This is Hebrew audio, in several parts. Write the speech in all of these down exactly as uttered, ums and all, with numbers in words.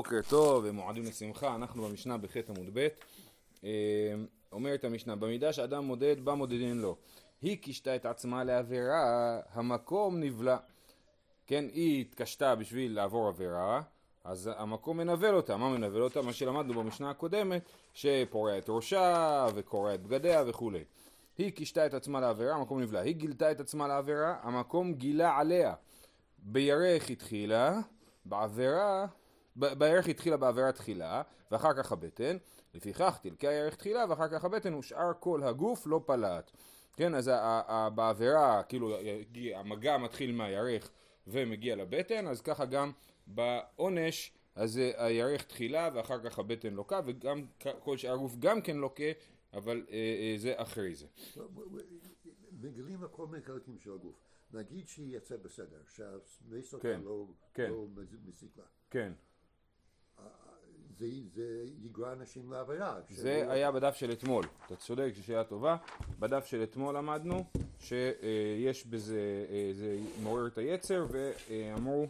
בוקר טוב ומועדים לשמחה, אנחנו במשנה בחטא עמוד ב'. אומרת המשנה, במידה שאדם מודד, בה מודדין לו. היא קישתה את עצמה לעבירה, המקום נבלה. כן, היא התקשתה בשביל לעבור עבירה, אז המקום מנבל אותה. מה מנבל אותה? מה שלמדנו במשנה הקודמת, שפורע את ראשה וקורע את בגדיה וכו'. היא קישתה את עצמה לעבירה, המקום נבלה. היא גילתה את עצמה לעבירה, המקום גילה עליה. בירך התחילה, בעבירה, ב- בירך התחילה בעבירה תחילה, ואחר כך הבטן. לפיכך תלקה הירך תחילה, ואחר כך הבטן ושאר כל הגוף לא פלט. כן, אז ה- ה- ה- בעבירה, כאילו, המגע מתחיל מהירך ומגיע לבטן, אז ככה גם בעונש, אז הירך תחילה ואחר כך הבטן לוקה, וגם כל שאר הגוף גם כן לוקה, אבל אה, אה, זה אחרי זה. מגלים הכל מיני חלקים של הגוף. נגיד שהיא יצא בסדר, שהמסות כן, לא, כן. לא מזיק לה. כן. זה, זה יגרע אנשים לעבירה. זה שלא... היה בדף של אתמול, אתה צודק, שאלה טובה. בדף של אתמול למדנו שיש בזה, זה מעורר את היצר, ואמרו...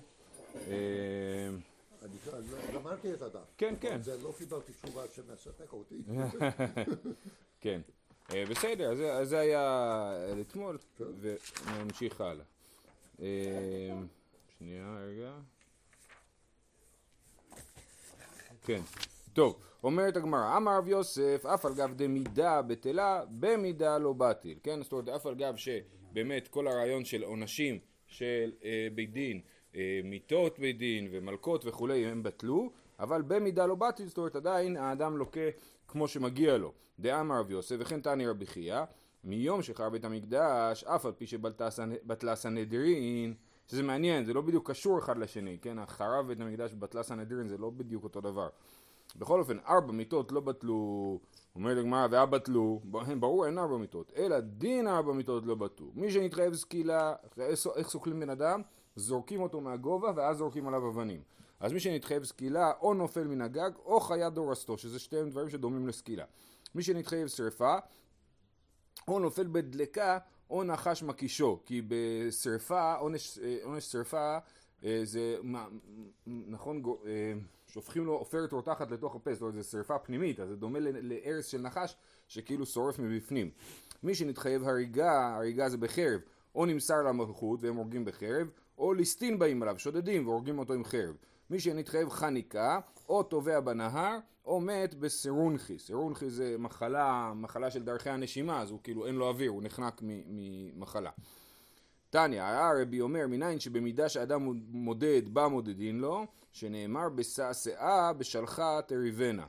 אני למדתי את הדף. כן, כן. זה לא קיבלתי תשובה שמספק אותי. כן. בסדר, אז זה היה אתמול, ונמשיך הלאה. שנייה, רגע. כן. טוב, אומרת הגמרא, אמר רב יוסף, אף על גב דמידה בטלה, במידה לא בטל. כן, זאת אומרת, אף על גב שבאמת כל הרעיון של עונשים של אה, בית דין, אה, מיתות בית דין ומלכות וכולי, הם בטלו, אבל במידה לא בטל, זאת אומרת, עדיין האדם לוקה כמו שמגיע לו. דאמר רב יוסף, וכן תעני רבי חייא, מיום שחרב בית המקדש, אף על פי שבטלה סנהדרין, שזה מעניין, זה לא בדיוק קשור אחד לשני, כן? החרב בית המקדש ובטלה סנהדרין זה לא בדיוק אותו דבר. בכל אופן, ארבע מיתות לא בטלו, אומר לגמרא, ואה בטלו, ברור אין ארבע מיתות, אלא דין ארבע מיתות לא בטלו. מי שנתחייב סקילה, איך סוכלים בן אדם? זורקים אותו מהגובה ואז זורקים עליו אבנים. אז מי שנתחייב סקילה, או נופל מן הגג, או חיה דורסתו, שזה שתיהם דברים שדומים לסקילה. מי שנתחייב שרפה, או נופל בדלקה, או נחש מקישו, כי בשרפה, עונש, עונש שרפה, זה, נכון, שופכים לו עופרת רותחת לתוך הפה, זאת אומרת, זה שרפה פנימית, אז זה דומה לארס של נחש, שכאילו שורף מבפנים. מי שנתחייב הריגה, הריגה זה בחרב, או נמסר למלכות והם הורגים בחרב, או ליסטין באים עליו, שודדים והורגים אותו עם חרב. מי שנתחייב חניקה, או טובע בנהר, או מת בסירונכי. סירונכי זה מחלה, מחלה של דרכי הנשימה, אז הוא כאילו אין לו אוויר, הוא נחנק ממחלה. תניא, הרבי אומר, מניין שבמידה שאדם מודד, בה מודדין לו, שנאמר בשעשעה בשלחה תריבנה.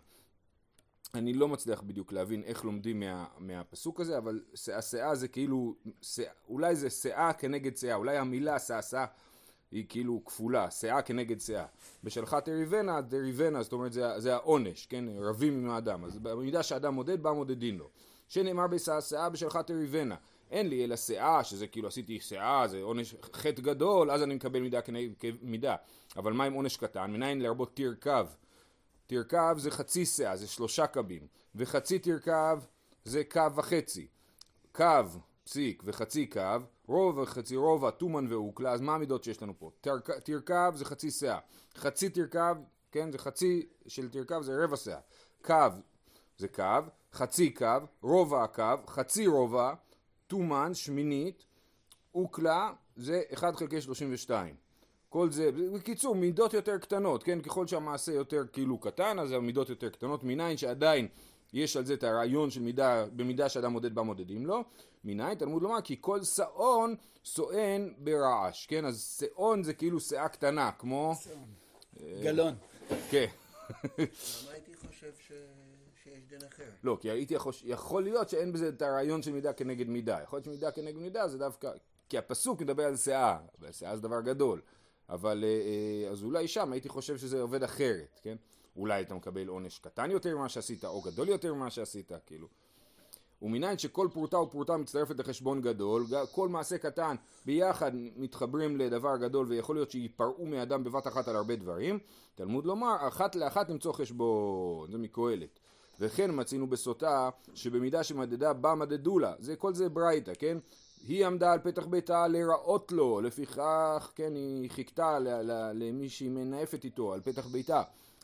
אני לא מצליח בדיוק להבין איך לומדים מה, מהפסוק הזה, אבל שעשעה זה כאילו, שע, אולי זה שעה כנגד שעה, אולי המילה שעשעה היא כאילו כפולה, שעה כנגד שעה. בשלחה תריבנה, תריבנה, זאת אומרת זה, זה העונש, כן? רבים עם האדם. אז במידה שאדם מודד, בה מודדין לו. שנאמר בשעשעה בשלחה תריבנה. אין לי אלא שעה, שזה כאילו עשיתי שעה, זה עונש חטא גדול, אז אני מקבל מידה כנגד מידה. אבל מה עם עונש קטן? מניין לרבות תרכב. תרכב זה חצי שעה, זה שלושה קבים. וחצי תרכב זה קו וחצי. קו, פסיק וחצי קו, רוב וחצי רובע, תומן ואוקלה, אז מה המידות שיש לנו פה? תרכב, תרכב זה חצי שעה. חצי תרכב, כן, זה חצי של תרכב זה רבע שעה. קו זה קו, חצי קו, רובע הקו, חצי רובע, תומן, שמינית, אוקלה זה אחד חלקי שלושים ושתיים. כל זה, בקיצור, מידות יותר קטנות, כן? ככל שהמעשה יותר כאילו קטן, אז המידות יותר קטנות, מניין שעדיין יש על זה את הרעיון של מידה, במידה שאדם מודד בה מודדים לו, מניין, תלמוד לומר, כי כל שעון שואן ברעש, כן? אז שעון זה כאילו שעה קטנה, כמו... גלון. כן. למה הייתי חושב ש... שיש דין אחר? לא, כי הייתי יכול, יכול להיות שאין בזה את הרעיון של מידה כנגד מידה. יכול להיות שמידה כנגד מידה זה דווקא... כי הפסוק מדבר על שעה, אבל שעה זה דבר גדול. אבל אז אולי שם הייתי חושב שזה עובד אחרת, כן? אולי אתה מקבל עונש קטן יותר ממה שעשית, או גדול יותר ממה שעשית, כאילו. ומניין שכל פרוטה ופרוטה מצטרפת לחשבון גדול, כל מעשה קטן ביחד מתחברים לדבר גדול, ויכול להיות שיפרעו מאדם בבת אחת על הרבה דברים. תלמוד לומר, אחת לאחת למצוא חשבון, זה מקהלת. וכן מצינו בסוטה, שבמידה שמדדה בה מדדו לה, זה כל זה ברייתא, כן? היא עמדה על פתח ביתה לראות לו, לפיכך, כן, היא חיכתה למי שהיא מנאפת איתו על פתח ביתה.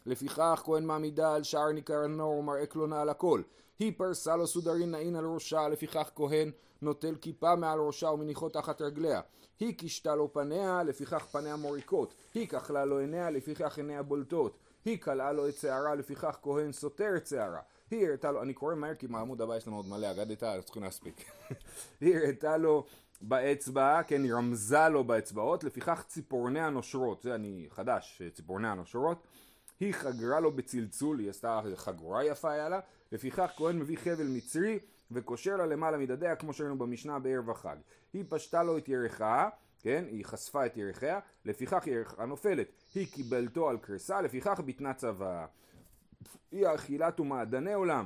לפיכך כהן מעמידה על שער ניקיונו ומראה קלונה על הכל. היא פרסה לו סודרין נעין על ראשה, לפיכך כהן נוטל כיפה מעל ראשה ומניחו תחת רגליה. היא קישתה לו פניה, לפיכך פניה מוריקות. היא כחלה לו עיניה, לפיכך עיניה בולטות. היא קלעה לו את שערה, לפיכך כהן סותר את שערה. היא הראתה לו, אני קורא מהר כי מעמוד הבא יש לנו עוד מלא, אגדתה, אז צריכים להספיק. היא הראתה לו באצבע, כן, היא רמזה לו באצבעות, לפיכך ציפורניה נושרות, זה אני חדש, ציפורניה נושרות. היא חגרה לו בצלצול, היא עשתה חגורה יפה היה לה, לפיכך כהן מביא חבל מצרי וקושר לה למעלה מדדיה, כמו שראינו במשנה בערב החג. היא פשטה לו את ירחה, כן, היא חשפה את ירחיה, לפיכך ירחה נופלת. היא קיבלתו על קרסה, לפיכך ביטנה צבא. היא אכילת ומעדני עולם.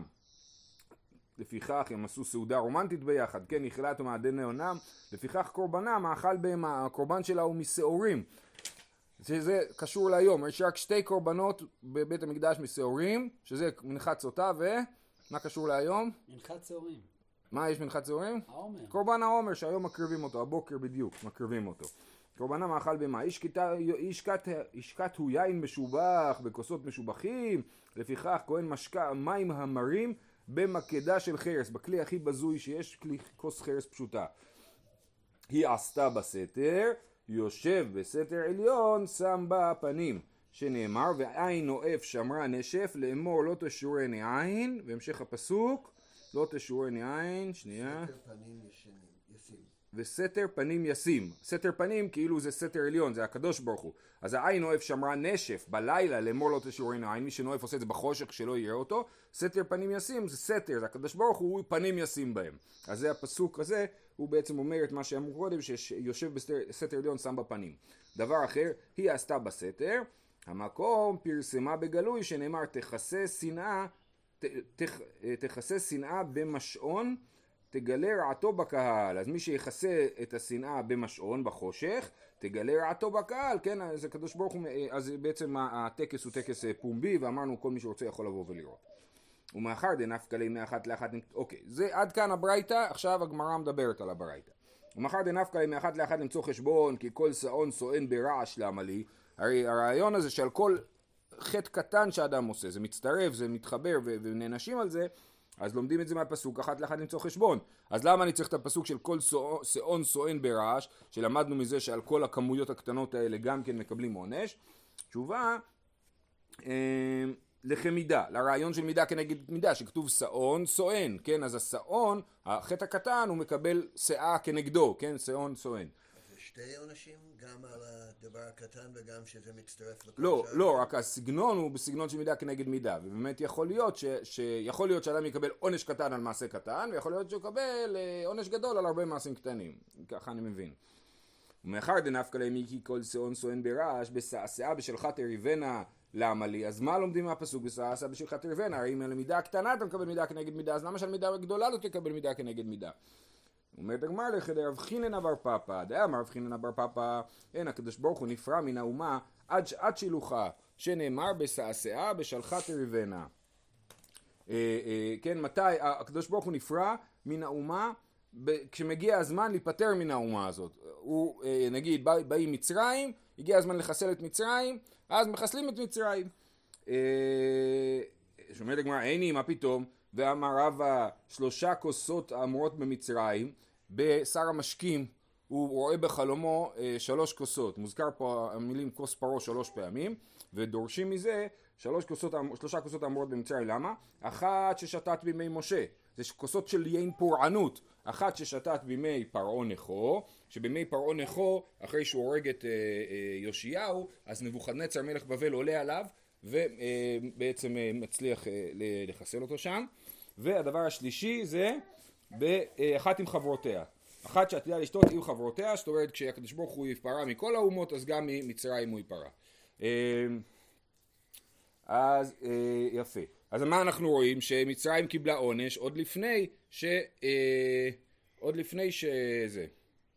לפיכך הם עשו סעודה רומנטית ביחד, כן, אכילת ומעדני עולם, לפיכך קורבנה, מאכל בהמה, הקורבן שלה הוא משעורים. שזה קשור להיום, יש רק שתי קורבנות בבית המקדש משעורים, שזה מנחת סוטה ו... מה קשור להיום? מנחת שעורים. מה יש מנחת שעורים? העומר. קורבן העומר שהיום מקריבים אותו, הבוקר בדיוק מקריבים אותו. קורבנה מאכל בהמה, השקת הוא יין משובח בכוסות משובחים, לפיכך כהן משקה מים המרים במקדה של חרס, בכלי הכי בזוי שיש, כלי כוס חרס פשוטה. היא עשתה בסתר, יושב בסתר עליון, שם בה פנים, שנאמר, ועין נואף שמרה נשף, לאמור לא תשורני עין, והמשך הפסוק, לא תשורני עין, שנייה. סתר פנים ישנים, ישים. וסתר פנים ישים. סתר פנים כאילו זה סתר עליון, זה הקדוש ברוך הוא. אז העין נואף שמרה נשף בלילה, לאמור לא תשורני עין, מי שנואף עושה את זה בחושך שלא יראה אותו. סתר פנים ישים זה סתר, זה הקדוש ברוך הוא, הוא פנים ישים בהם. אז זה הפסוק הזה, הוא בעצם אומר את מה שאמרו קודם, שיושב בסתר עליון שם בפנים. דבר אחר, היא עשתה בסתר, המקום פרסמה בגלוי שנאמר תכסה שנאה, תכ, תכסה שנאה במשעון, תגלה רעתו בקהל. אז מי שיכסה את השנאה במשעון, בחושך, תגלה רעתו בקהל, כן, אז הקדוש ברוך הוא, אז בעצם הטקס הוא טקס פומבי, ואמרנו כל מי שרוצה יכול לבוא ולראות. ומאחר דנפקא ליה מאחת לאחת, אוקיי, זה עד כאן הברייתא, עכשיו הגמרא מדברת על הברייתא. ומאחר דנפקא ליה מאחת לאחת למצוא חשבון, כי כל שעון שואן ברעש למה לי, הרי הרעיון הזה שעל כל חטא קטן שאדם עושה, זה מצטרף, זה מתחבר ו- ונענשים על זה, אז לומדים את זה מהפסוק, אחת לאחת למצוא חשבון. אז למה אני צריך את הפסוק של כל שעון שואן ברעש, שלמדנו מזה שעל כל הכמויות הקטנות האלה גם כן מקבלים עונש? תשובה, אה, לחמידה, לרעיון של מידה כנגד מידה, שכתוב שעון שואן, כן, אז השעון, החטא הקטן הוא מקבל שאה כנגדו, כן, שעון שואן. שתי עונשים, גם על הדבר הקטן וגם שזה מצטרף לכל לא, שאר? לא, רק הסגנון הוא בסגנון של מידה כנגד מידה, ובאמת יכול להיות ש, שיכול להיות שאדם יקבל עונש קטן על מעשה קטן, ויכול להיות שהוא יקבל עונש גדול על הרבה מעשים קטנים, ככה אני מבין. ומאחר דנפקא ליה מיקי כל שעון שואן ברעש, בשעשעה בשלחת יריבנה למה לי? אז מה לומדים מהפסוק בשעשעה בשלחת יריבנה? הרי אם על מידה קטנה אתה מקבל מידה כנגד מידה, אז למה שעל מידה גדולה לא תקבל מידה כנגד מידה? אומרת הגמרא לכדי רב חיננה בר פפא, דאמר רב חיננה בר פפא, אין הקדוש ברוך הוא נפרע מן האומה עד שעת שילוחה, שנאמר בשעשעה בשלחת יריבנה. אה, אה, כן, מתי הקדוש ברוך הוא נפרע מן האומה? ב- כשמגיע הזמן להיפטר מן האומה הזאת. הוא, אה, נגיד, בא, באים מצרים, הגיע הזמן לחסל את מצרים, אז מחסלים את מצרים. אה, שאומרת הגמרא, איני, מה פתאום? ואמר רבא, שלושה כוסות האמורות במצרים, בשר המשקים הוא רואה בחלומו אה, שלוש כוסות. מוזכר פה המילים כוס פרו שלוש פעמים, ודורשים מזה שלוש כוסות, שלושה כוסות האמורות במצרים. למה? אחת ששתת בימי משה, זה כוסות של יין פורענות. אחת ששתת בימי פרעה נכו, שבימי פרעה נכו, אחרי שהוא הורג את אה, אה, יאשיהו, אז נבוכדנצר מלך בבל עולה עליו, ובעצם מצליח לחסל אותו שם. והדבר השלישי זה באחת עם חברותיה. אחת שעתידה לשתות עם חברותיה, זאת אומרת כשהקדוש ברוך הוא יפרע מכל האומות, אז גם ממצרים הוא יפרע. אז יפה. אז מה אנחנו רואים? שמצרים קיבלה עונש עוד לפני ש... עוד לפני שזה...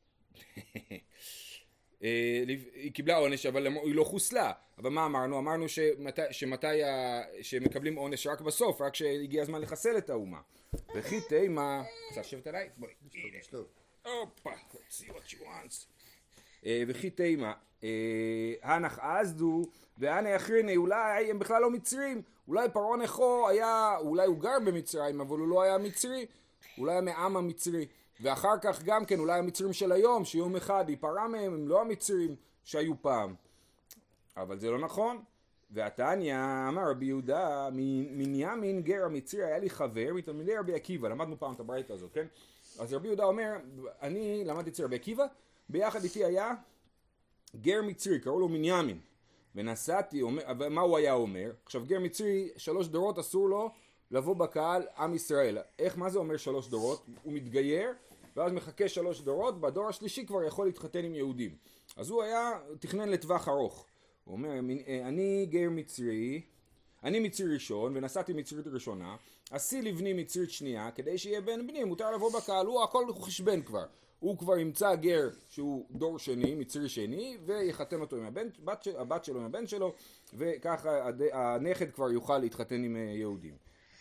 היא קיבלה עונש אבל היא לא חוסלה. אבל מה אמרנו? אמרנו שמתי, שמתי ה... שמקבלים עונש רק בסוף, רק שהגיע הזמן לחסל את האומה. וכי תימה... רוצה לשבת עליי? בואי. הופה, see what she wants. וכי תימה, הנח עזדו והנה יחריני, אולי הם בכלל לא מצרים, אולי פרעה נכו היה, אולי הוא גר במצרים אבל הוא לא היה מצרי, אולי היה מעם המצרי, ואחר כך גם כן אולי המצרים של היום שיום אחד ייפרע מהם, הם לא המצרים שהיו פעם, אבל זה לא נכון. והתניא אמר רבי יהודה, מנימין גר המצרי היה לי חבר מתלמידי רבי עקיבא, למדנו פעם את הברייתא הזאת, כן? אז רבי יהודה אומר, אני למדתי אצל רבי עקיבא, ביחד איתי היה גר מצרי, קראו לו מנימין, ונסעתי, מה הוא היה אומר? עכשיו גר מצרי, שלוש דורות אסור לו לבוא בקהל עם ישראל. איך, מה זה אומר שלוש דורות? הוא מתגייר, ואז מחכה שלוש דורות, בדור השלישי כבר יכול להתחתן עם יהודים. אז הוא היה, תכנן לטווח ארוך. הוא אומר, אני גר מצרי, אני מצרי ראשון, ונסעתי מצרית ראשונה, עשי לבני מצרית שנייה, כדי שיהיה בן בני, מותר לבוא בקהל, הוא הכל חשבן כבר. הוא כבר ימצא גר שהוא דור שני, מצרי שני, ויחתן אותו עם הבן, הבת, הבת שלו עם הבן שלו, וככה הנכד כבר יוכל להתחתן עם יהודים.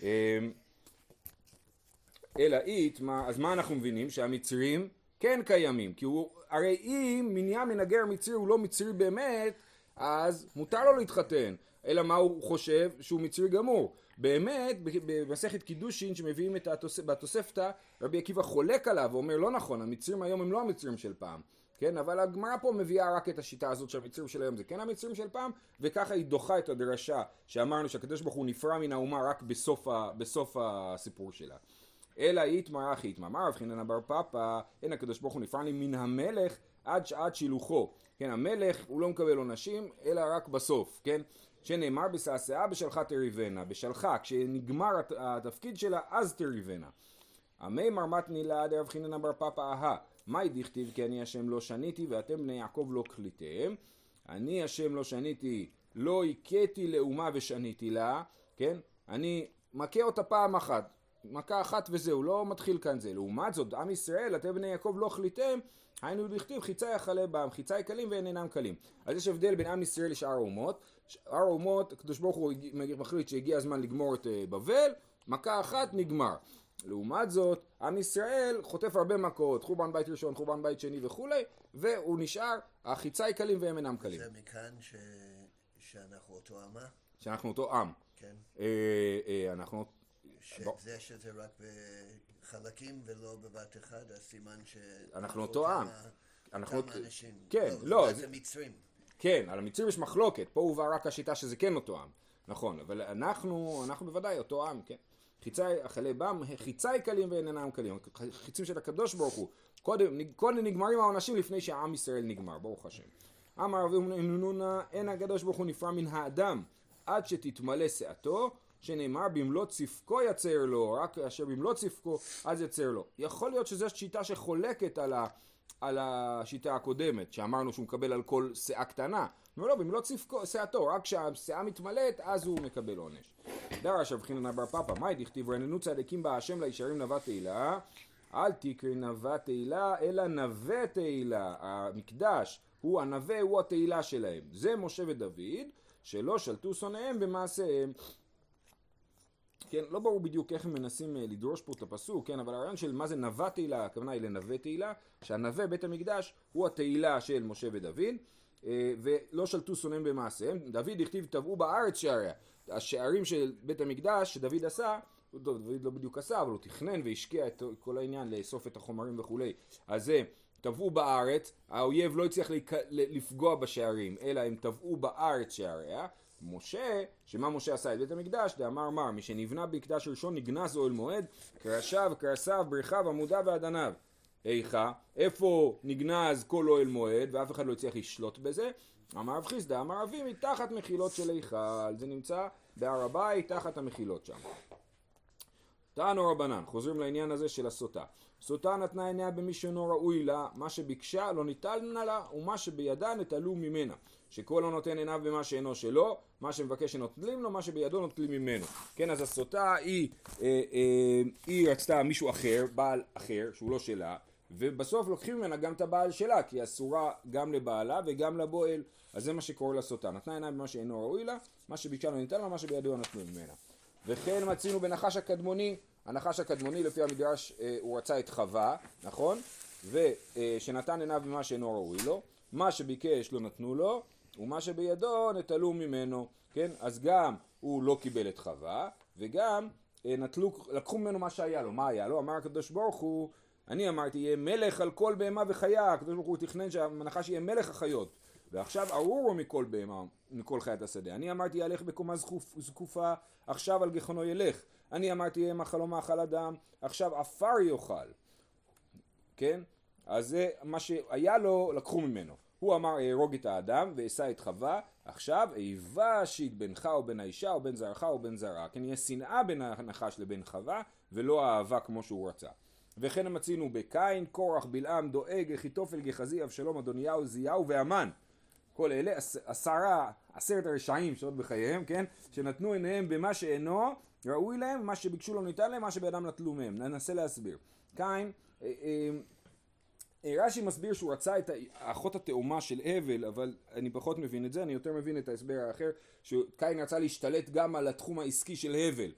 אלא אית, אז מה אנחנו מבינים? שהמצרים כן קיימים, כי הוא, הרי אם מנימין הגר מצרי הוא לא מצרי באמת, אז מותר לו להתחתן, אלא מה הוא חושב? שהוא מצרי גמור. באמת, במסכת קידושין שמביאים את התוס... בתוספתא, רבי עקיבא חולק עליו ואומר לא נכון, המצרים היום הם לא המצרים של פעם, כן? אבל הגמרא פה מביאה רק את השיטה הזאת שהמצרים של היום זה כן המצרים של פעם, וככה היא דוחה את הדרשה שאמרנו שהקדוש ברוך הוא נפרע מן האומה רק בסוף, ה... בסוף הסיפור שלה. אלא איתמר אחי איתמר, אמר רב חנינא בר פפא, אין הקדוש ברוך הוא נפרע מן המלך עד שעת שילוחו. כן, המלך הוא לא מקבל עונשים, אלא רק בסוף, כן? שנאמר בסעשעה בשלחה תריבנה, בשלחה, כשנגמר התפקיד שלה, אז תריבנה. המימר מתני לה דרב חנינא בר פפא אהה, מאי דכתיב כי אני השם לא שניתי ואתם בני יעקב לא כליתם, אני השם לא שניתי, לא הכיתי לאומה ושניתי לה, כן? אני מכה אותה פעם אחת, מכה אחת וזהו, לא מתחיל כאן זה. לעומת זאת, עם ישראל, אתם בני יעקב לא כליתם, היינו דכתיב חיצה יחלה בם, חיצה קלים ואין אינם קלים. אז יש הבדל בין עם ישראל לשאר האומות. שאר האומות, הקדוש ברוך הוא מחליט שהגיע הזמן לגמור את בבל, מכה אחת נגמר. לעומת זאת, עם ישראל חוטף הרבה מכות, חורבן בית ראשון, חורבן בית שני וכולי, והוא נשאר, החיצה קלים והם אינם קלים. זה מכאן ש... שאנחנו אותו עמה? שאנחנו אותו עם. כן. אה, אה, אנחנו... שזה שזה רק בחלקים ולא בבת אחד, הסימן ש... אנחנו אותו עם. אנחנו... כמה אנשים. כן, לא. לא זה מצרים. כן, על המצרים יש מחלוקת, פה הובא רק השיטה שזה כן אותו עם. נכון, אבל אנחנו, אנחנו בוודאי אותו עם, כן. חיצי אכלי בם, חיצי קלים ואין אינם קלים. חיצים של הקדוש ברוך הוא. קודם, קודם נגמרים העונשים לפני שהעם ישראל נגמר, ברוך השם. אמר רבי הונונה, אין הקדוש ברוך הוא נפרע מן האדם עד שתתמלא שעתו, שנאמר במלוא צפקו יצר לו, רק אשר במלוא צפקו אז יצר לו. יכול להיות שזו שיטה שחולקת על, ה, על השיטה הקודמת, שאמרנו שהוא מקבל על כל שאה קטנה. לא, לא, במלוא צפקו, שעתו, רק כשהשאה מתמלאת אז הוא מקבל עונש. דרש רב חנינא בר פפא, מאי דכתיב רננו צדיקים בה השם לישרים נווה תהילה, אל תקרא נווה תהילה אלא נווה תהילה. המקדש הוא הנווה, הוא התהילה שלהם. זה משה ודוד שלא שלטו שונאיהם במעשיהם. כן, לא ברור בדיוק איך הם מנסים לדרוש פה את הפסוק, כן, אבל הרעיון של מה זה נווה תהילה, הכוונה היא לנווה תהילה, שהנווה בית המקדש הוא התהילה של משה ודוד, ולא שלטו שונאים במעשיהם. דוד הכתיב טבעו בארץ שעריה, השערים של בית המקדש שדוד עשה, דוד לא בדיוק עשה, אבל הוא תכנן והשקיע את כל העניין לאסוף את החומרים וכולי, אז זה טבעו בארץ, האויב לא הצליח לפגוע בשערים, אלא הם טבעו בארץ שעריה. משה, שמה משה עשה את בית המקדש, דאמר מר, מי שנבנה במקדש ראשון נגנז אוהל מועד, קרשיו, קרסיו, ברכיו, עמודיו ועדניו. איכה, איפה נגנז כל אוהל מועד, ואף אחד לא הצליח לשלוט בזה? אמר רב חיסדא, אמר אבי, מתחת מחילות של איכה, זה נמצא בהר הבית, תחת המחילות שם. תענו רבנן, חוזרים לעניין הזה של הסוטה. סוטה נתנה עיניה במי שאינו ראוי לה, מה שביקשה לא ניתן לה, ומה שבידה נטלו ממנה. שכל לא נותן עיניו במה שאינו שלו, מה שמבקש שנוטלים לו, מה שבידו נוטלים ממנו. כן, אז הסוטה היא, אה, אה, היא רצתה מישהו אחר, בעל אחר, שהוא לא שלה, ובסוף לוקחים ממנה גם את הבעל שלה, כי היא אסורה גם לבעלה וגם לבועל. אז זה מה שקורה לסוטה. נתנה עיניה במה שאינו ראוי לה, מה שביקשה לא ניתן לה, מה שבידו נטלו ממנה. וכן מצינו בנחש הקדמוני, הנחש הקדמוני לפי המדרש אה, הוא רצה את חווה, נכון? ושנתן עיניו במה שאינו ראוי לו, מה שביקש לא נתנו לו, ומה שבידו נטלו ממנו, כן? אז גם הוא לא קיבל את חווה, וגם נטלו, לקחו ממנו מה שהיה לו. מה היה לו? אמר הקדוש ברוך הוא, אני אמרתי יהיה מלך על כל בהמה וחיה, הקדוש ברוך הוא תכנן שהנחש יהיה מלך החיות, ועכשיו ארורו מכל בהמה, מכל חיית השדה. אני אמרתי ילך בקומה זקופה, עכשיו על גחונו ילך. אני אמרתי יהיה מחלו מאכל אדם, עכשיו עפר יאכל. כן? אז זה מה שהיה לו, לקחו ממנו. הוא אמר אהרוג את האדם ואשא את חווה, עכשיו איבה שיט בינך ובין האישה ובין זרעך ובין זרעה. כן, יהיה שנאה בין הנחש לבין חווה, ולא אהבה כמו שהוא רצה. וכן מצינו בקין, קורח, בלעם, דואג, אחיתופל, גחזי, אבשלום, אדוניהו, זיהו והמן. כל אלה עשרה, עשרת הרשעים שעוד בחייהם, כן? שנתנו עיניהם במה שאינו ראוי להם, מה שביקשו לא ניתן להם, מה שבידם נטלו מהם. ננסה להסביר. קין, אה, אה, רש"י מסביר שהוא רצה את האחות התאומה של הבל, אבל אני פחות מבין את זה, אני יותר מבין את ההסבר האחר, שקין רצה להשתלט גם על התחום העסקי של הבל.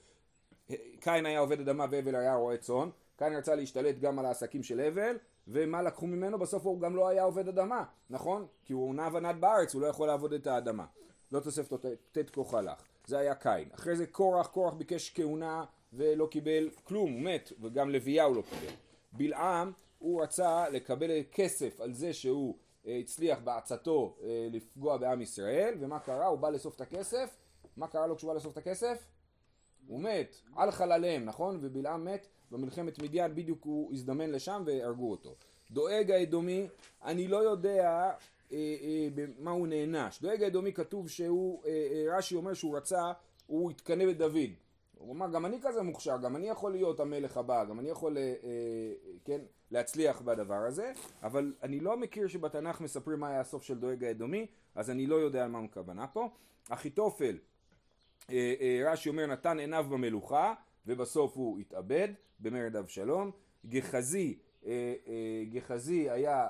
קין היה עובד אדמה והבל היה רועה צאן, קין רצה להשתלט גם על העסקים של הבל, ומה לקחו ממנו? בסוף הוא גם לא היה עובד אדמה, נכון? כי הוא נע ונד בארץ, הוא לא יכול לעבוד את האדמה. לא תוספתו תת כוח הלך. זה היה קין. אחרי זה קורח, קורח ביקש כהונה ולא קיבל כלום, הוא מת, וגם לוויה הוא לא קיבל. בלעם, הוא רצה לקבל כסף על זה שהוא הצליח בעצתו לפגוע בעם ישראל, ומה קרה? הוא בא לאסוף את הכסף. מה קרה לו כשהוא בא לאסוף את הכסף? הוא מת, על חלליהם, נכון? ובלעם מת במלחמת מדיין, בדיוק הוא הזדמן לשם והרגו אותו. דואג האדומי, אני לא יודע אה, אה, במה הוא נענש. דואג האדומי כתוב שהוא, אה, אה, רש"י אומר שהוא רצה, הוא התקנא בדוד. הוא אמר, גם אני כזה מוכשר, גם אני יכול להיות המלך הבא, גם אני יכול אה, אה, כן, להצליח בדבר הזה, אבל אני לא מכיר שבתנ"ך מספרים מה היה הסוף של דואג האדומי, אז אני לא יודע על מה הכוונה פה. אחיתופל, אה, אה, רש"י אומר, נתן עיניו במלוכה, ובסוף הוא התאבד במרד אבשלום. גחזי, אה, אה, גחזי היה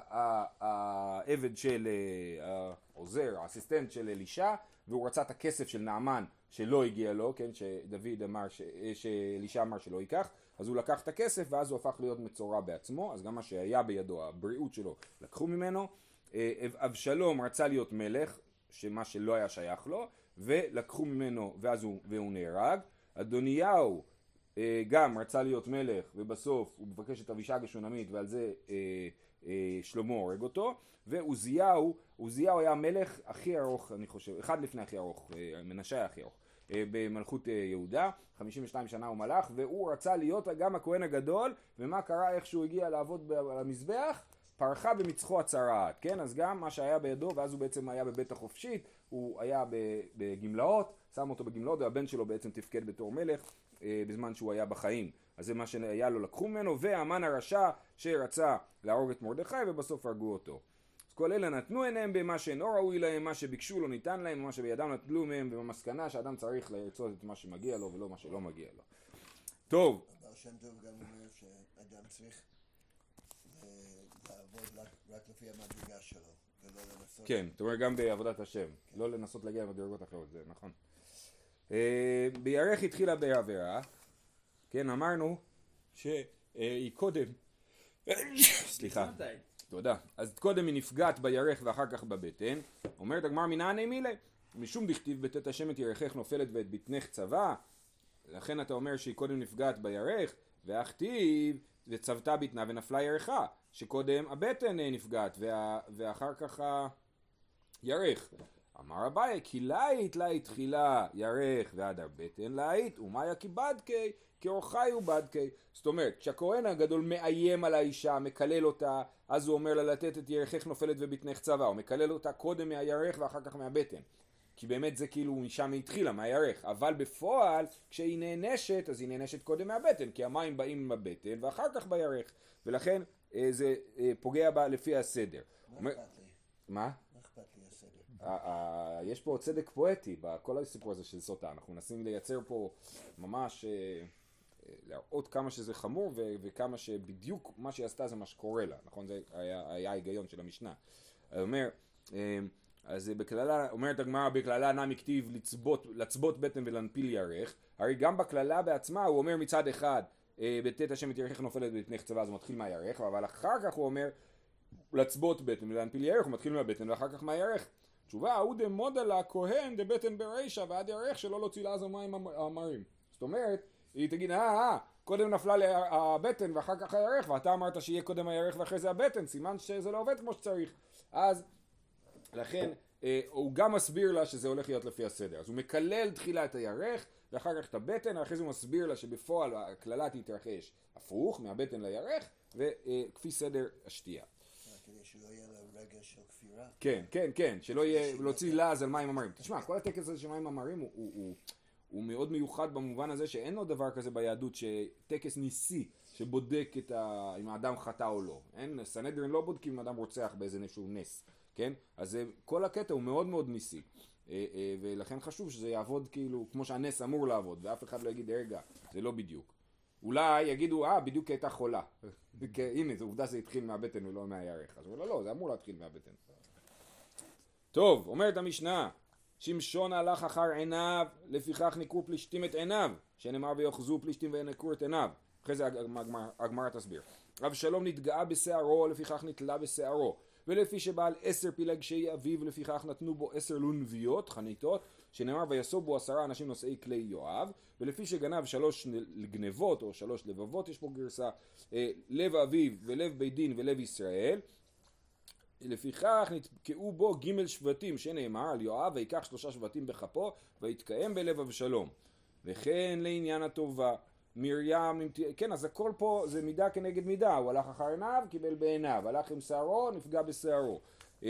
העבד של העוזר, האסיסטנט של אלישע, והוא רצה את הכסף של נעמן שלא הגיע לו, כן, שדוד אמר, שאלישע אמר שלא ייקח, אז הוא לקח את הכסף ואז הוא הפך להיות מצורע בעצמו, אז גם מה שהיה בידו, הבריאות שלו, לקחו ממנו. אבשלום רצה להיות מלך, שמה שלא היה שייך לו, ולקחו ממנו ואז הוא, והוא נהרג. אדוניהו גם רצה להיות מלך ובסוף הוא מבקש את אבישג השונמית ועל זה אה, אה, שלמה הורג אותו. ועוזיהו, עוזיהו היה המלך הכי ארוך, אני חושב, אחד לפני הכי ארוך, אה, מנשה היה הכי ארוך, אה, במלכות אה, יהודה, חמישים ושתיים שנה הוא מלך, והוא רצה להיות גם הכהן הגדול, ומה קרה איך שהוא הגיע לעבוד במזבח? פרחה במצחו הצרעת, כן? אז גם מה שהיה בידו, ואז הוא בעצם היה בבית החופשית, הוא היה בגמלאות, שם אותו בגמלאות, והבן שלו בעצם תפקד בתור מלך אה, בזמן שהוא היה בחיים. אז זה מה שהיה לו לקחו ממנו, והמן הרשע שרצה להרוג את מרדכי, ובסוף הרגו אותו. אז כל אלה נתנו עיניהם במה שאינו ראוי להם, מה שביקשו לא ניתן להם, מה שבידם נטלו מהם, ובמסקנה שאדם צריך לרצות את מה שמגיע לו ולא מה שלא מגיע לו. טוב. אבל שם טוב גם אומר שאדם צריך לעבוד רק לפי המדרגה שלו, ולא לנסות... כן, זאת אומרת גם בעבודת השם, לא לנסות להגיע למדרגות אחרות, זה נכון. בירך התחילה בעבירה, כן, אמרנו שהיא קודם, סליחה, תודה, אז קודם היא נפגעת בירך ואחר כך בבטן. אומרת הגמרא מנעני מילי, משום דכתיב בתת השם את ירכך נופלת ואת בטנך צבא, לכן אתה אומר שהיא קודם נפגעת בירך, והכתיב וצבתה בטנה ונפלה ירכה, שקודם הבטן נפגעת וה, ואחר כך הירך. אמר אביי, כי לית לית תחילה ירך ועד הבטן לית, ומאיה כי בדקי, כי אורחי הוא בדקי. זאת אומרת, כשהכהן הגדול מאיים על האישה, מקלל אותה, אז הוא אומר לה לתת את ירכך נופלת ובטנך צבא, הוא מקלל אותה קודם מהירך ואחר כך מהבטן. כי באמת זה כאילו משם היא התחילה, מהירך. אבל בפועל, כשהיא נענשת, אז היא נענשת קודם מהבטן, כי המים באים מהבטן ואחר כך בירך. ולכן זה פוגע בה לפי הסדר. מה אכפת לי? מה? מה אכפת לי הסדר? יש פה צדק פואטי בכל הסיפור הזה של סוטה. אנחנו מנסים לייצר פה ממש, להראות כמה שזה חמור וכמה שבדיוק מה שהיא עשתה זה מה שקורה לה. נכון? זה היה ההיגיון של המשנה. אני אומר... אז בכללה, אומרת הגמרא, בכללה נמי כתיב לצבות, לצבות בטן ולנפיל ירך, הרי גם בכללה בעצמה הוא אומר מצד אחד, בתת השם את ירכך נופלת ובטנך צבא, אז הוא מתחיל מהירך, אבל אחר כך הוא אומר, לצבות בטן ולהנפיל ירך, הוא מתחיל מהבטן ואחר כך מהירך. תשובה, הוא דמודה לה כהן דבטן ברישה ועד ירך שלא להוציא לעז המים המרים. זאת אומרת, היא תגיד, אה, אה, קודם נפלה לי הבטן ואחר כך הירך, ואתה אמרת שיהיה קודם הירך ואחרי זה הבטן, סימן שזה לא עובד כמו שצריך. אז, לכן, אה, הוא גם מסביר לה שזה הולך להיות לפי הסדר. אז הוא מקלל תחילה את הירך, ואחר כך את הבטן, ואחרי זה הוא מסביר לה שבפועל הכללה תתרחש הפוך, מהבטן לירך, וכפי סדר השתייה. כדי שלא יהיה לה רגש של כפירה. כן, כן, כן, שלא יהיה, להוציא לעז על מים המרים. תשמע, כל הטקס הזה של מים המרים הוא, הוא, הוא, הוא מאוד מיוחד במובן הזה שאין לו דבר כזה ביהדות, שטקס ניסי שבודק את ה... אם האדם חטא או לא. אין, סנהדרין לא בודקים אם האדם רוצח באיזה נשהו נס, כן? אז כל הקטע הוא מאוד מאוד ניסי. ולכן חשוב שזה יעבוד כאילו כמו שהנס אמור לעבוד, ואף אחד לא יגיד, רגע, זה לא בדיוק. אולי יגידו, אה, בדיוק הייתה חולה. הנה, זו עובדה זה התחיל מהבטן ולא מהירך. אז לא, לא, זה אמור להתחיל מהבטן. טוב, אומרת המשנה, שמשון הלך אחר עיניו, לפיכך ניקרו פלישתים את עיניו, שנאמר ויוחזו פלישתים וניקרו את עיניו. אחרי זה הגמרא תסביר. אבשלום נתגאה בשערו, לפיכך נתלה בשערו. ולפי שבעל עשר פילגשי אביו, לפיכך נתנו בו עשר לונביות, חניתות, שנאמר ויסעו בו עשרה אנשים נושאי כלי יואב, ולפי שגנב שלוש גנבות או שלוש לבבות, יש פה גרסה, לב אביו ולב בית דין ולב ישראל, לפיכך נתקעו בו ג' שבטים, שנאמר על יואב ויקח שלושה שבטים בכפו, ויתקיים בלב אבשלום. וכן לעניין הטובה, מרים, כן, אז הכל פה זה מידה כנגד מידה, הוא הלך אחר עיניו, קיבל בעיניו, הלך עם שערו, נפגע בשערו.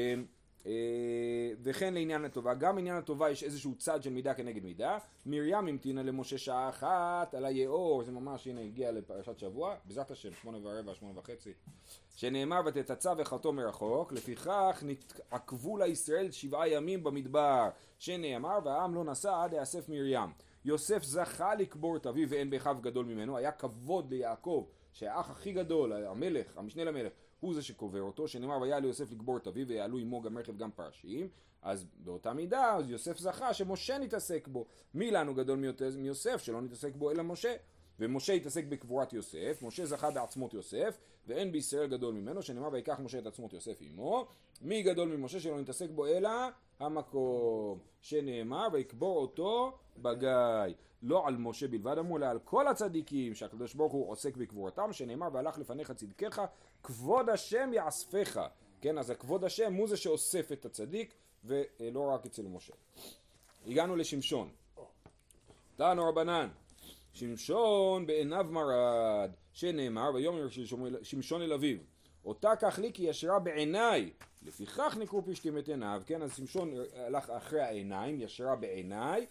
וכן לעניין הטובה, גם לעניין הטובה יש איזשהו צד של מידה כנגד מידה. מרים המתינה למשה שעה אחת על היאור, זה ממש, הנה הגיע לפרשת שבוע, בעזרת השם, שמונה ורבע, שמונה וחצי, שנאמר ותצא וחתו מרחוק, לפיכך נתעכבו לישראל שבעה ימים במדבר, שנאמר והעם לא נסע עד יאסף מרים. יוסף זכה לקבור את אביו ואין באחיו גדול ממנו, היה כבוד ליעקב שהאח הכי גדול, המלך, המשנה למלך, הוא זה שקובר אותו, שנאמר והיה ליוסף לקבור את אביו ויעלו עמו גם רכב גם פרשים. אז באותה מידה אז יוסף זכה שמשה נתעסק בו. מי לנו גדול מיוסף שלא נתעסק בו אלא משה? ומשה התעסק בקבורת יוסף, משה זכה בעצמות יוסף, ואין בישראל גדול ממנו, שנאמר ויקח משה את עצמות יוסף עמו. מי גדול ממשה שלא נתעסק בו אלא המקום, שנאמר ויקבור אותו בגיא. לא על משה בלבד אמרו, אלא על כל הצדיקים שהקדוש ברוך הוא עוסק בקבורתם, שנאמר והלך לפניך צדקך, כבוד השם יאספך. כן, אז הכבוד השם הוא זה שאוסף את הצדיק, ולא רק אצל משה. הגענו לשמשון. תנו רבנן, שמשון בעיניו מרד, שנאמר ויאמר שמשון אל אביו, אותה כך לי כי ישרה בעיניי, לפיכך נקרו פלישתים את עיניו. כן, אז שמשון הלך אחרי העיניים, ישרה בעיניי,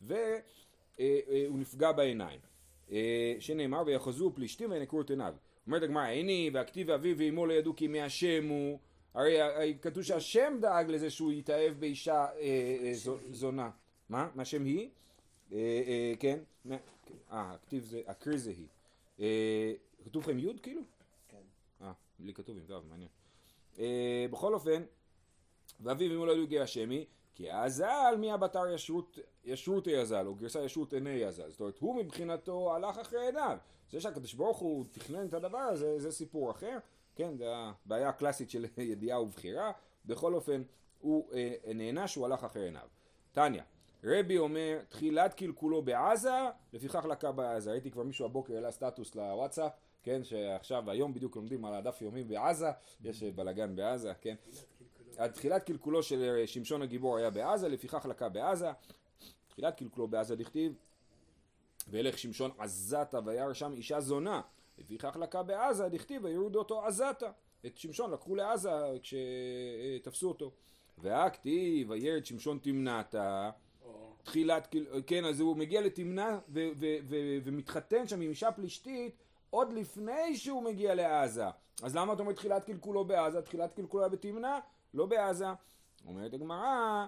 והוא נפגע בעיניים, שנאמר ויחזו פלישתים ונקרו את עיניו. אומרת הגמרא, עיני והכתיב אביו ואמו לא ידעו כי מי השם הוא, הרי כתוב שהשם דאג לזה שהוא יתאהב באישה זונה. מה? מה שם היא? כן? אה, הכתיב זה, הקריא זה היא. כתוב לכם יוד כאילו? כן. אה, לי כתוב, טוב, מעניין. בכל אופן, ואביו ואמו לא ידעו כי השם היא, כי האזל מי הבתר ישרות, ישרות יזל, או גרסה ישרות עיני יזל. זאת אומרת, הוא מבחינתו הלך אחרי עיניו. זה שהקדוש ברוך הוא תכנן את הדבר הזה, זה סיפור אחר. כן, זה הבעיה הקלאסית של ידיעה ובחירה. בכל אופן, הוא אה, נהנה שהוא הלך אחרי עיניו. תניא, רבי אומר, תחילת קלקולו בעזה, לפיכך לקה בעזה. ראיתי כבר מישהו הבוקר העלה סטטוס לוואטסאפ, כן, שעכשיו, היום בדיוק לומדים על הדף יומים בעזה, יש בלגן בעזה, כן. תחילת קלקולו של שמשון הגיבור היה בעזה, לפיכך לקה בעזה. תחילת קלקולו בעזה דכתיב, וילך שמשון עזתה וירא שם אישה זונה, לפיכך לקה בעזה דכתיב וירודו אותו עזתה. את שמשון לקחו לעזה כשתפסו אותו. והכתיב וירד שמשון תמנתה, תחילת, כן, אז הוא מגיע לתמנה ו- ו- ו- ומתחתן שם עם אישה פלישתית עוד לפני שהוא מגיע לעזה. אז למה אתה אומר תחילת קלקולו בעזה? תחילת קלקולו היה בתמנה, לא בעזה. אומרת הגמרא,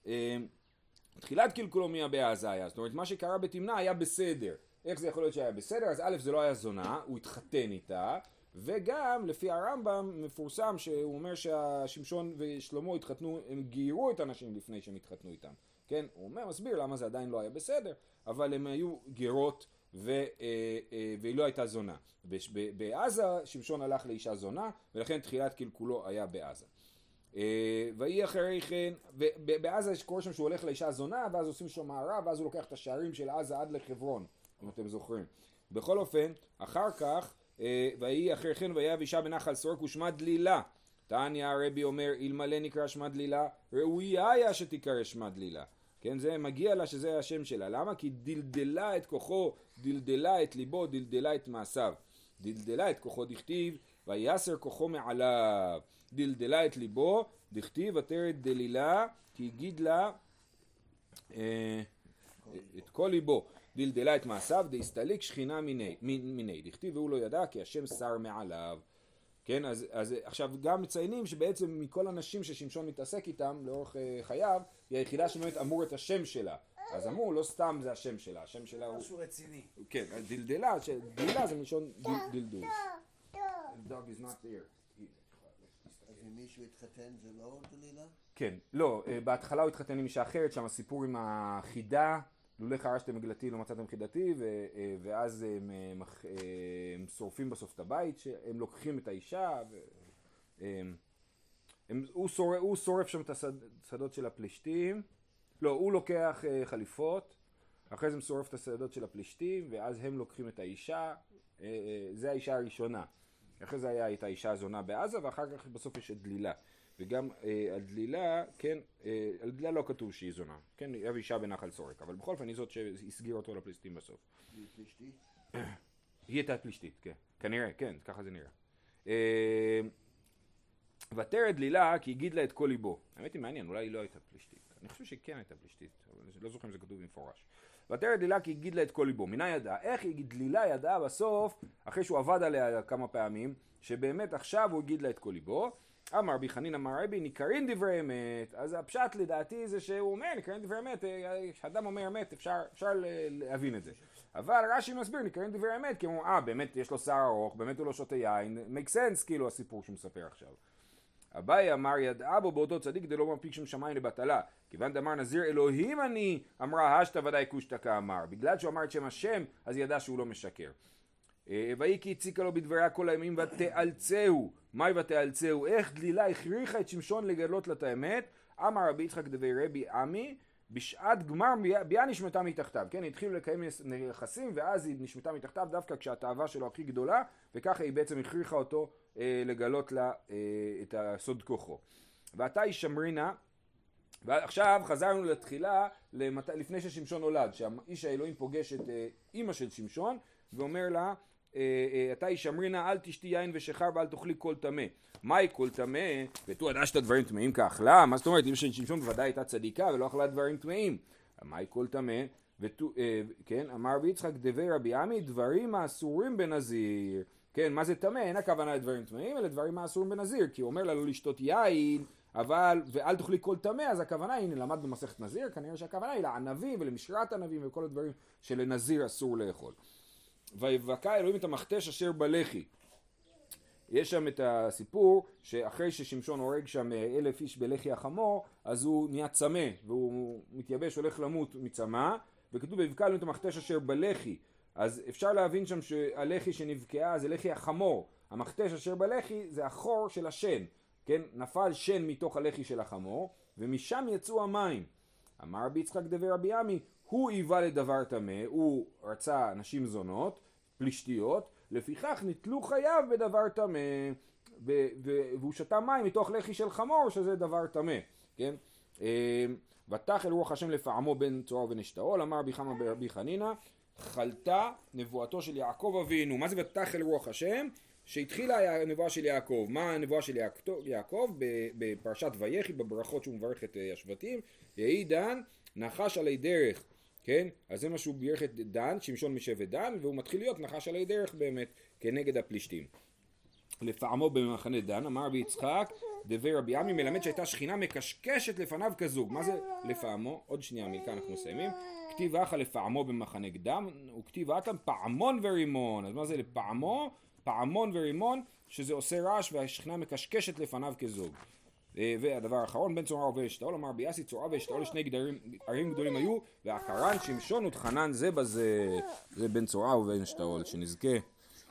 תחילת קלקולו מי בעזה היה, זאת אומרת מה שקרה בתמנה היה בסדר. איך זה יכול להיות שהיה בסדר? אז א' זה לא היה זונה, הוא התחתן איתה, וגם לפי הרמב"ם מפורסם שהוא אומר שהשמשון ושלמה התחתנו, הם גיירו את האנשים לפני שהם התחתנו איתם. כן, הוא אומר, מסביר למה זה עדיין לא היה בסדר, אבל הם היו גרות ו, אה, אה, והיא לא הייתה זונה. בעזה שמשון הלך לאישה זונה, ולכן תחילת קלקולו היה בעזה. ויהי אחרי כן, ובעזה יש קורא שם שהוא הולך לאישה זונה, ואז עושים שם מערב, ואז הוא לוקח את השערים של עזה עד לחברון, אם אתם זוכרים. בכל אופן, אחר כך, ויהי אחרי כן ויהי אישה בנחל סורק ושמה דלילה. תניא הרבי אומר, אלמלא נקרא שמה דלילה, ראויה היה שתיקרא שמה דלילה. כן, זה מגיע לה שזה השם שלה. למה? כי דלדלה את כוחו, דלדלה את ליבו, דלדלה את מעשיו. דלדלה את כוחו דכתיב, ויסר כוחו מעליו. דלדלה את ליבו, דכתיב ותרד דלילה, כי הגיד לה אה, את כל ליבו. דלדלה את מעשיו, דהסתליק שכינה מיני, מיני. דכתיב והוא לא ידע, כי השם שר מעליו. כן, אז, אז עכשיו גם מציינים שבעצם מכל הנשים ששמשון מתעסק איתם לאורך אה, חייו, היא היחידה שבאמת אמור את השם שלה. אז אמור, לא סתם זה השם שלה, השם שלה הוא... משהו רציני. כן, דלדלה, דלדלה זה מלשון דלדול. dog is not there. אז אם מישהו התחתן זה לא דלילה? כן, לא, בהתחלה הוא התחתן עם אישה אחרת, שם הסיפור עם החידה, לולא חרשתם מגלתי לא מצאתם חידתי, ואז הם, הם שורפים בסוף את הבית, שהם לוקחים את האישה, והם, הם, הוא, שורף, הוא שורף שם את השדות של הפלישתים, לא, הוא לוקח חליפות, אחרי זה הם שורף את השדות של הפלישתים, ואז הם לוקחים את האישה, זה האישה הראשונה. אחרי זה היה את האישה הזונה בעזה, ואחר כך בסוף יש את דלילה. וגם אה, על דלילה, כן, אה, על דלילה לא כתוב שהיא זונה. כן, היא אישה בנחל סורק, אבל בכל אופן היא זאת שהסגיר אותו לפלישתים בסוף. היא פלישתית? היא הייתה פלישתית, כן. כנראה, כן, ככה זה נראה. אה, ותרד דלילה, כי הגיד לה את כל ליבו. האמת היא מעניין, אולי היא לא הייתה פלישתית. אני חושב שהיא כן הייתה פלישתית, אבל לא זוכר אם זה כתוב במפורש. ותרד דלילה כי הגיד לה את כל ליבו. מינה ידעה? איך היא דלילה ידעה בסוף, אחרי שהוא עבד עליה כמה פעמים, שבאמת עכשיו הוא הגיד לה את כל ליבו. אמר בי חנין אמר רבי, ניכרין דברי אמת. אז הפשט לדעתי זה שהוא אומר, ניכרין דברי אמת, כשאדם אומר אמת אפשר, אפשר להבין את זה. אבל רש"י מסביר, ניכרין דברי אמת, כי הוא אומר, אה, באמת יש לו שיער ארוך, באמת הוא לא שותה יין, make sense כאילו הסיפור שהוא מספר עכשיו. אביי אמר ידעה בו באותו צדיק דלא מפיק שם שמיים לבטלה. כיוון דאמר נזיר אלוהים אני, אמרה השתא ודאי קושטא כאמר. בגלל שהוא אמר את שם השם, אז ידע שהוא לא משקר. ויהי כי הציקה לו בדבריה כל הימים ותאלצהו. מהי ותאלצהו? איך דלילה הכריחה את שמשון לגלות לה את האמת? אמר רבי יצחק דבי רבי עמי, בשעת גמר ביה נשמתה מתחתיו. כן, התחילו לקיים יחסים ואז היא נשמתה מתחתיו דווקא כשהתאווה שלו הכי גדולה, וככה היא בעצם הכריחה אותו אה, לגלות לה אה, את הסוד כוחו. ועתה היא שמרינה, ועכשיו חזרנו לתחילה למת... לפני ששמשון נולד, שהאיש האלוהים פוגש את אה, אמא של שמשון ואומר לה, אתה היא שמרינה אל תשתי יין ושחר ואל תאכלי כל טמא. מהי כל טמא? ותו עדשת דברים טמאים כאכלה? מה זאת אומרת? אמא של שמשון בוודאי הייתה צדיקה ולא אכלה דברים טמאים. מהי כל טמא? כן, אמר ויצחק דבי רבי עמי דברים האסורים בנזיר. כן, מה זה טמא? אין הכוונה לדברים טמאים אלא דברים האסורים בנזיר, כי הוא אומר לה לא לשתות יין, אבל ואל תאכלי כל טמא, אז הכוונה, הנה למד במסכת נזיר, כנראה שהכוונה היא לענבים ולמשרת ענבים וכל הדברים שלנזיר אסור לאכול. ויבקע אלוהים את המכתש אשר בלחי. יש שם את הסיפור שאחרי ששמשון הורג שם אלף איש בלחי החמור, אז הוא נהיה צמא והוא מתייבש, הולך למות מצמא, וכתוב ויבקע אלוהים את המכתש אשר בלחי. אז אפשר להבין שם שהלחי שנבקעה זה לחי החמור, המכתש אשר בלחי זה החור של השן, כן? נפל שן מתוך הלחי של החמור ומשם יצאו המים. אמר רבי יצחק דבי רבי עמי, הוא היווה לדבר טמא, הוא רצה נשים זונות, פלישתיות, לפיכך נטלו חייו בדבר טמא, והוא שתה מים מתוך לחי של חמור, שזה דבר טמא, כן? ותח אל רוח השם לפעמו בין צוהר ובין אשתאול, אמר רבי חמא ברבי חנינא, חלתה נבואתו של יעקב אבינו. מה זה ותח אל רוח השם? שהתחילה הנבואה של יעקב. מה הנבואה של יעקב? בפרשת ויחי, בברכות שהוא מברך את השבטים, יהי דן נחש עלי דרך, כן? אז זה מה שהוא בירך את דן, שמשון משבט דן, והוא מתחיל להיות נחש עלי דרך באמת כנגד הפלישתים. לפעמו במחנה דן, אמר רבי יצחק דבי רבי עמי, מלמד שהייתה שכינה מקשקשת לפניו כזוג. מה זה לפעמו? עוד שנייה מלכה אנחנו מסיימים. כתיב אחא לפעמו במחנה דם, וכתיב אתם פעמון ורימון. אז מה זה לפעמו? פעמון ורימון, שזה עושה רעש והשכינה מקשקשת לפניו כזוג. והדבר האחרון, בן צורעה ואשתאול, אמר רבי יאסי, צורעה ואשתאול שני גדרים, ערים גדולים היו, והקרן שמשון ותחנן זה בזה, זה בן צורעה ובן אשתאול, שנזכה